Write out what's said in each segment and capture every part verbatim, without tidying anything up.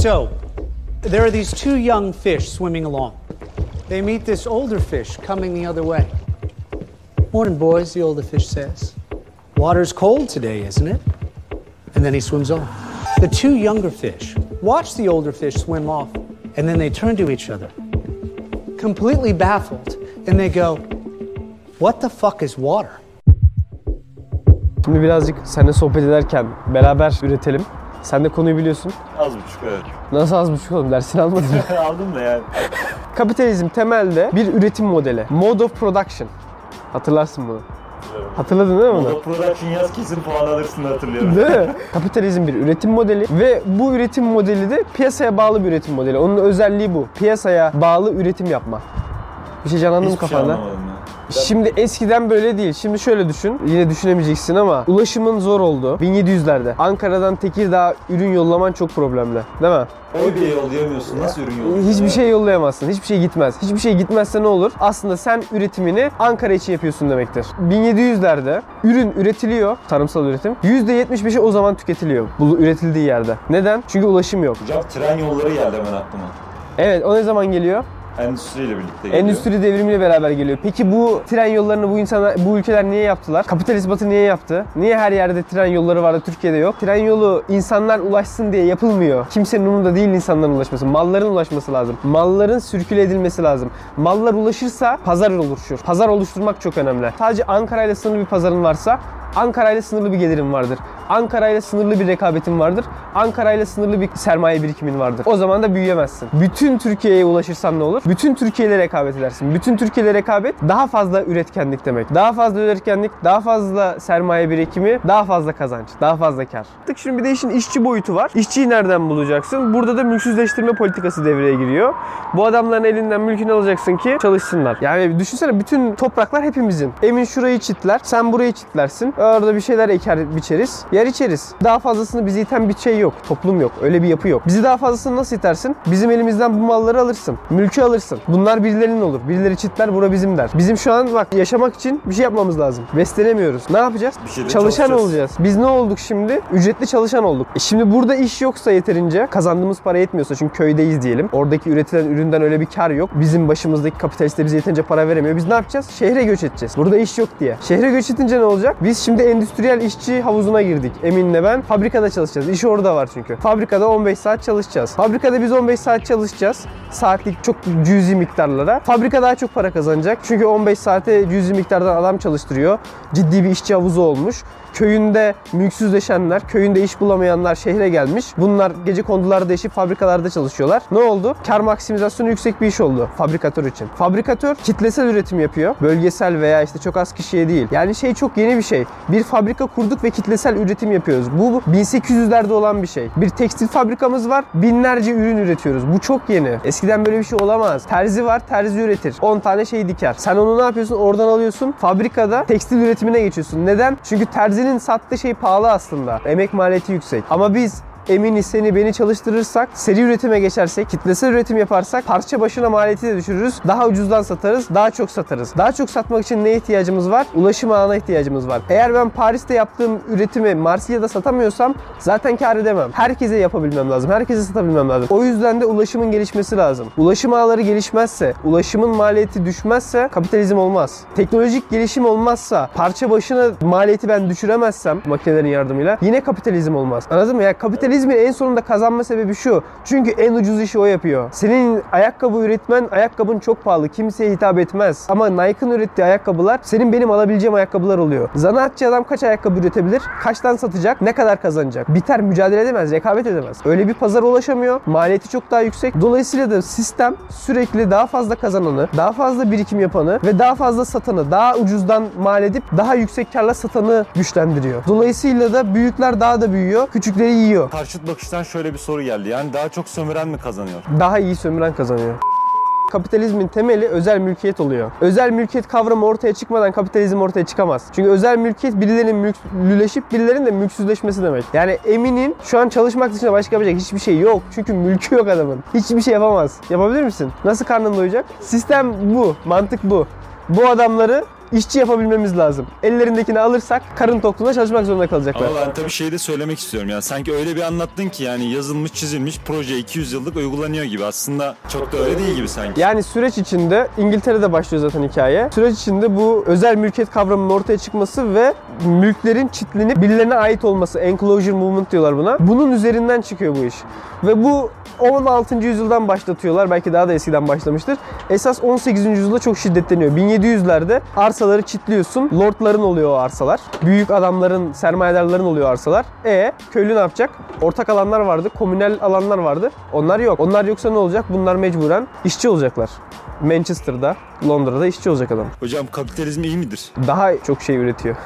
So, there are these two young fish swimming along. They meet this older fish coming the other way. Morning, boys, the older fish says. Water's cold today, isn't it? And then he swims off. The two younger fish watch the older fish swim off, and then they turn to each other, completely baffled, and they go, "What the fuck is water?" Şimdi birazcık seninle sohbet ederken beraber üretelim. Sen de konuyu biliyorsun. Az buçuk, evet. Nasıl az buçuk oğlum? Dersini almadın mı? Aldım da yani. Kapitalizm temelde bir üretim modeli. Mode of production. Hatırlarsın bunu. Evet. Hatırladın değil mi bunu? Mode of production yaz, kesin puan alırsın da hatırlıyorum. Değil mi? Kapitalizm bir üretim modeli ve bu üretim modeli de piyasaya bağlı bir üretim modeli. Onun özelliği bu. Piyasaya bağlı üretim yapma. Bir şey canlandı mı kafanda? Hiçbir şey anlamadım ya. Şimdi eskiden böyle değil. Şimdi şöyle düşün. Yine düşünemeyeceksin ama ulaşımın zor oldu. bin yedi yüzlerde. Ankara'dan Tekirdağ'a ürün yollaman çok problemli. Değil mi? Oy bile yollayamıyorsun. Nasıl ürün yolluyorsun? Hiçbir şey yollayamazsın. Hiçbir şey gitmez. Hiçbir şey gitmezse ne olur? Aslında sen üretimini Ankara için yapıyorsun demektir. bin yedi yüzlerde ürün üretiliyor. Tarımsal üretim. yüzde yetmiş beşi o zaman tüketiliyor. Bu üretildiği yerde. Neden? Çünkü ulaşım yok. Hocam tren yolları geldi hemen aklıma. Evet, o ne zaman geliyor? Endüstriyle birlikte geliyor. Endüstri devrimiyle beraber geliyor. Peki bu tren yollarını bu insanlar, bu ülkeler niye yaptılar? Kapitalist Batı niye yaptı? Niye her yerde tren yolları vardı, Türkiye'de yok? Tren yolu insanlar ulaşsın diye yapılmıyor. Kimsenin umurunda değil insanların ulaşması. Malların ulaşması lazım. Malların sürküle edilmesi lazım. Mallar ulaşırsa pazar oluşur. Pazar oluşturmak çok önemli. Sadece Ankara ile sınırlı bir pazarın varsa Ankara ile sınırlı bir gelirin vardır. Ankara ile sınırlı bir rekabetin vardır. Ankara ile sınırlı bir sermaye birikimin vardır. O zaman da büyüyemezsin. Bütün Türkiye'ye ulaşırsan ne olur? Bütün Türkiye ile rekabet edersin. Bütün Türkiye ile rekabet daha fazla üretkenlik demek. Daha fazla üretkenlik, daha fazla sermaye birikimi, daha fazla kazanç, daha fazla kar. Şimdi bir de işin işçi boyutu var. İşçiyi nereden bulacaksın? Burada da mülksüzleştirme politikası devreye giriyor. Bu adamların elinden mülkünü alacaksın ki çalışsınlar. Yani düşünsene, bütün topraklar hepimizin. Emin şurayı çitler, sen burayı çitlersin. Orada bir şeyler eker biçeriz. Yer içeriz. Daha fazlasını bizi iten bir şey yok. Toplum yok. Öyle bir yapı yok. Bizi daha fazlasını nasıl itersin? Bizim elimizden bu malları alırsın. Mülkü alırsın. Bunlar birilerinin olur. Birileri çitler, bura bizim der. Bizim şu an bak yaşamak için bir şey yapmamız lazım. Beslenemiyoruz. Ne yapacağız? Çalışan olacağız. Biz ne olduk şimdi? Ücretli çalışan olduk. E şimdi burada iş yoksa yeterince, kazandığımız para yetmiyorsa, çünkü köydeyiz diyelim. Oradaki üretilen üründen öyle bir kar yok. Bizim başımızdaki kapitalist de bize yeterince para veremiyor. Biz ne yapacağız? Şehre göç edeceğiz. Burada iş yok diye. Şehre göç edince ne olacak? Biz şimdi endüstriyel işçi havuzuna girdik. Emin'le ben fabrikada çalışacağız. İş orada var çünkü. Fabrikada on beş saat çalışacağız. Fabrikada biz on beş saat çalışacağız. Saatlik çok cüzi miktarlara. Fabrika daha çok para kazanacak. Çünkü on beş saate cüzi miktardan adam çalıştırıyor. Ciddi bir işçi havuzu olmuş. Köyünde mülksüzleşenler, köyünde iş bulamayanlar şehre gelmiş. Bunlar gece kondularda yaşayıp fabrikalarda çalışıyorlar. Ne oldu? Kar maksimizasyonu yüksek bir iş oldu fabrikatör için. Fabrikatör kitlesel üretim yapıyor. Bölgesel veya işte çok az kişiye değil. Yani şey çok yeni bir şey. Bir fabrika kurduk ve kitlesel üretim yapıyoruz. Bu bin sekiz yüzlerde olan bir şey. Bir tekstil fabrikamız var. Binlerce ürün üretiyoruz. Bu çok yeni. Eskiden böyle bir şey olamaz. Terzi var, terzi üretir. on tane şey diker. Sen onu ne yapıyorsun? Oradan alıyorsun. Fabrikada tekstil üretimine geçiyorsun. Neden? Çünkü terzi sattığı şey pahalı aslında. Emek maliyeti yüksek. Ama biz Emin'i, seni, beni çalıştırırsak, seri üretime geçersek, kitlesel üretim yaparsak parça başına maliyeti de düşürürüz. Daha ucuzdan satarız, daha çok satarız. Daha çok satmak için neye ihtiyacımız var? Ulaşım ağına ihtiyacımız var. Eğer ben Paris'te yaptığım üretimi Marsilya'da satamıyorsam zaten kar edemem. Herkese yapabilmem lazım. Herkese satabilmem lazım. O yüzden de ulaşımın gelişmesi lazım. Ulaşım ağları gelişmezse, ulaşımın maliyeti düşmezse kapitalizm olmaz. Teknolojik gelişim olmazsa, parça başına maliyeti ben düşüremezsem makinelerin yardımıyla yine kapitalizm olmaz. Anladın mı? Ya kapitalizm İzmir'in en sonunda kazanma sebebi şu. Çünkü en ucuz işi o yapıyor. Senin ayakkabı üretmen, ayakkabın çok pahalı. Kimseye hitap etmez. Ama Nike'ın ürettiği ayakkabılar senin benim alabileceğim ayakkabılar oluyor. Zanaatçı adam kaç ayakkabı üretebilir? Kaçtan satacak? Ne kadar kazanacak? Biter, mücadele edemez, rekabet edemez. Öyle bir pazara ulaşamıyor. Maliyeti çok daha yüksek. Dolayısıyla da sistem sürekli daha fazla kazananı, daha fazla birikim yapanı ve daha fazla satanı, daha ucuzdan mal edip daha yüksek karla satanı güçlendiriyor. Dolayısıyla da büyükler daha da büyüyor, küçükleri yiyor. Karşıt bakıştan şöyle bir soru geldi. Yani daha çok sömüren mi kazanıyor? Daha iyi sömüren kazanıyor. Kapitalizmin temeli özel mülkiyet oluyor. Özel mülkiyet kavramı ortaya çıkmadan kapitalizm ortaya çıkamaz. Çünkü özel mülkiyet birilerinin mülklüleşip birilerinin de mülksüzleşmesi demek. Yani Emin'in şu an çalışmak dışında başka yapacak hiçbir şey yok. Çünkü mülkü yok adamın. Hiçbir şey yapamaz. Yapabilir misin? Nasıl karnın doyacak? Sistem bu. Mantık bu. Bu adamları işçi yapabilmemiz lazım. Ellerindekini alırsak karın tokluğuna çalışmak zorunda kalacaklar. Ama ben tabii şeyi de söylemek istiyorum yani sanki öyle bir anlattın ki yani yazılmış çizilmiş proje iki yüz yıllık uygulanıyor gibi. Aslında çok da öyle değil gibi sanki. Yani süreç içinde İngiltere'de başlıyor zaten hikaye. Süreç içinde bu özel mülkiyet kavramının ortaya çıkması ve mülklerin çitlenip birilerine ait olması, enclosure movement diyorlar buna. Bunun üzerinden çıkıyor bu iş. Ve bu on altıncı yüzyıldan başlatıyorlar. Belki daha da eskiden başlamıştır. Esas on sekizinci yüzyılda çok şiddetleniyor. bin yedi yüzlerde arsaları çitliyorsun. Lordların oluyor o arsalar. Büyük adamların, sermayedarların oluyor arsalar. E köylü ne yapacak? Ortak alanlar vardı, komünel alanlar vardı. Onlar yok. Onlar yoksa ne olacak? Bunlar mecburen işçi olacaklar. Manchester'da, Londra'da işçi olacak adam. Hocam kapitalizm iyi midir? Daha çok şey üretiyor.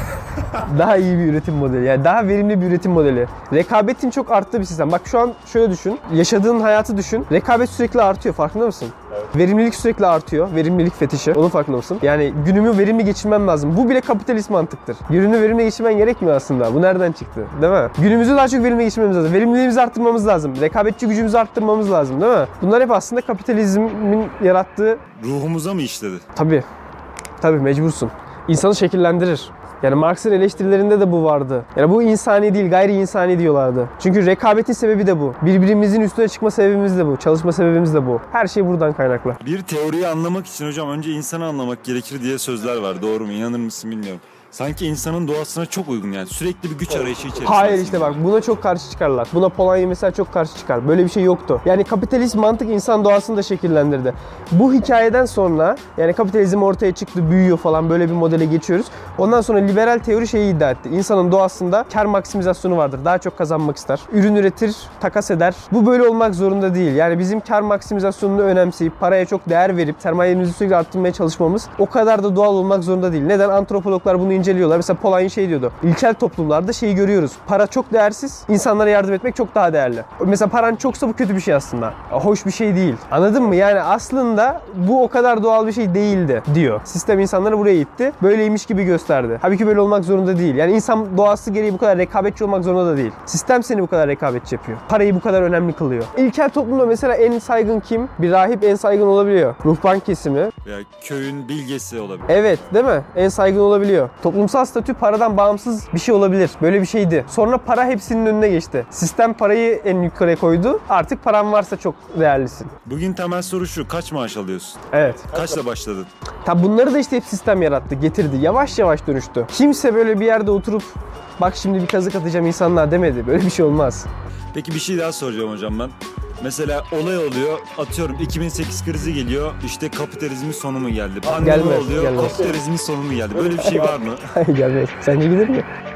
Daha iyi bir üretim modeli. Yani daha verimli bir üretim modeli. Rekabetin çok arttığı bir sistem. Bak şu an şöyle düşün. Yaşadığın hayatı düşün. Rekabet sürekli artıyor. Farkında mısın? Evet. Verimlilik sürekli artıyor. Verimlilik fetişi. Onun farkında mısın? Yani günümü verimli geçirmem lazım. Bu bile kapitalist mantıktır. Gününü verimli geçirmen gerekmiyor aslında. Bu nereden çıktı? Değil mi? Günümüzü daha çok verimli geçirmemiz lazım. Verimliliğimizi arttırmamız lazım. Rekabetçi gücümüzü arttırmamız lazım. Değil mi? Bunlar hep aslında kapitalizmin yarattığı... Ruhumuza mı işledi? Tabii. Tabii mecbursun. İnsanı şekillendirir. Yani Marx'ın eleştirilerinde de bu vardı. Yani bu insani değil, gayri insani diyorlardı. Çünkü rekabetin sebebi de bu. Birbirimizin üstüne çıkma sebebimiz de bu. Çalışma sebebimiz de bu. Her şey buradan kaynaklı. Bir teoriyi anlamak için hocam önce insanı anlamak gerekir diye sözler var. Doğru mu? İnanır mısın bilmiyorum. Sanki insanın doğasına çok uygun yani. Sürekli bir güç arayışı içerisinde. Hayır işte bak buna çok karşı çıkarlar. Buna Polanyi mesela çok karşı çıkar. Böyle bir şey yoktu. Yani kapitalist mantık insan doğasını da şekillendirdi. Bu hikayeden sonra yani kapitalizm ortaya çıktı, büyüyor falan böyle bir modele geçiyoruz. Ondan sonra liberal teori şeyi iddia etti. İnsanın doğasında kar maksimizasyonu vardır. Daha çok kazanmak ister. Ürün üretir, takas eder. Bu böyle olmak zorunda değil. Yani bizim kar maksimizasyonunu önemseyip paraya çok değer verip sermayemizi sürekli arttırmaya çalışmamız o kadar da doğal olmak zorunda değil. Neden? Antropologlar bunu inceliyorlar. Mesela Polanyi şey diyordu. İlkel toplumlarda şeyi görüyoruz. Para çok değersiz. İnsanlara yardım etmek çok daha değerli. Mesela paran çoksa bu kötü bir şey aslında. Hoş bir şey değil. Anladın mı? Yani aslında bu o kadar doğal bir şey değildi diyor. Sistem insanları buraya itti. Böyleymiş gibi gösterdi. Halbuki böyle olmak zorunda değil. Yani insan doğası gereği bu kadar rekabetçi olmak zorunda da değil. Sistem seni bu kadar rekabetçi yapıyor. Parayı bu kadar önemli kılıyor. İlkel toplumda mesela en saygın kim? Bir rahip en saygın olabiliyor. Ruhban kesimi. Veya köyün bilgesi olabilir. Evet, değil mi? En saygın olabiliyor. Toplumsal statü paradan bağımsız bir şey olabilir. Böyle bir şeydi. Sonra para hepsinin önüne geçti. Sistem parayı en yukarıya koydu. Artık paran varsa çok değerlisin. Bugün temel soru şu. Kaç maaş alıyorsun? Evet. Kaçla başladın? Tabi bunları da işte hep sistem yarattı, getirdi. Yavaş yavaş dönüştü. Kimse böyle bir yerde oturup bak şimdi bir kazık atacağım insanlar demedi. Böyle bir şey olmaz. Peki bir şey daha soracağım hocam ben. Mesela olay oluyor, atıyorum iki bin sekiz krizi geliyor, işte kapitalizmin sonu mu geldi? Pandemi Gelmez, oluyor, gelmez. kapitalizmin sonu mu geldi? Böyle bir şey var mı? Hayır gelmez. Sence gelir mi?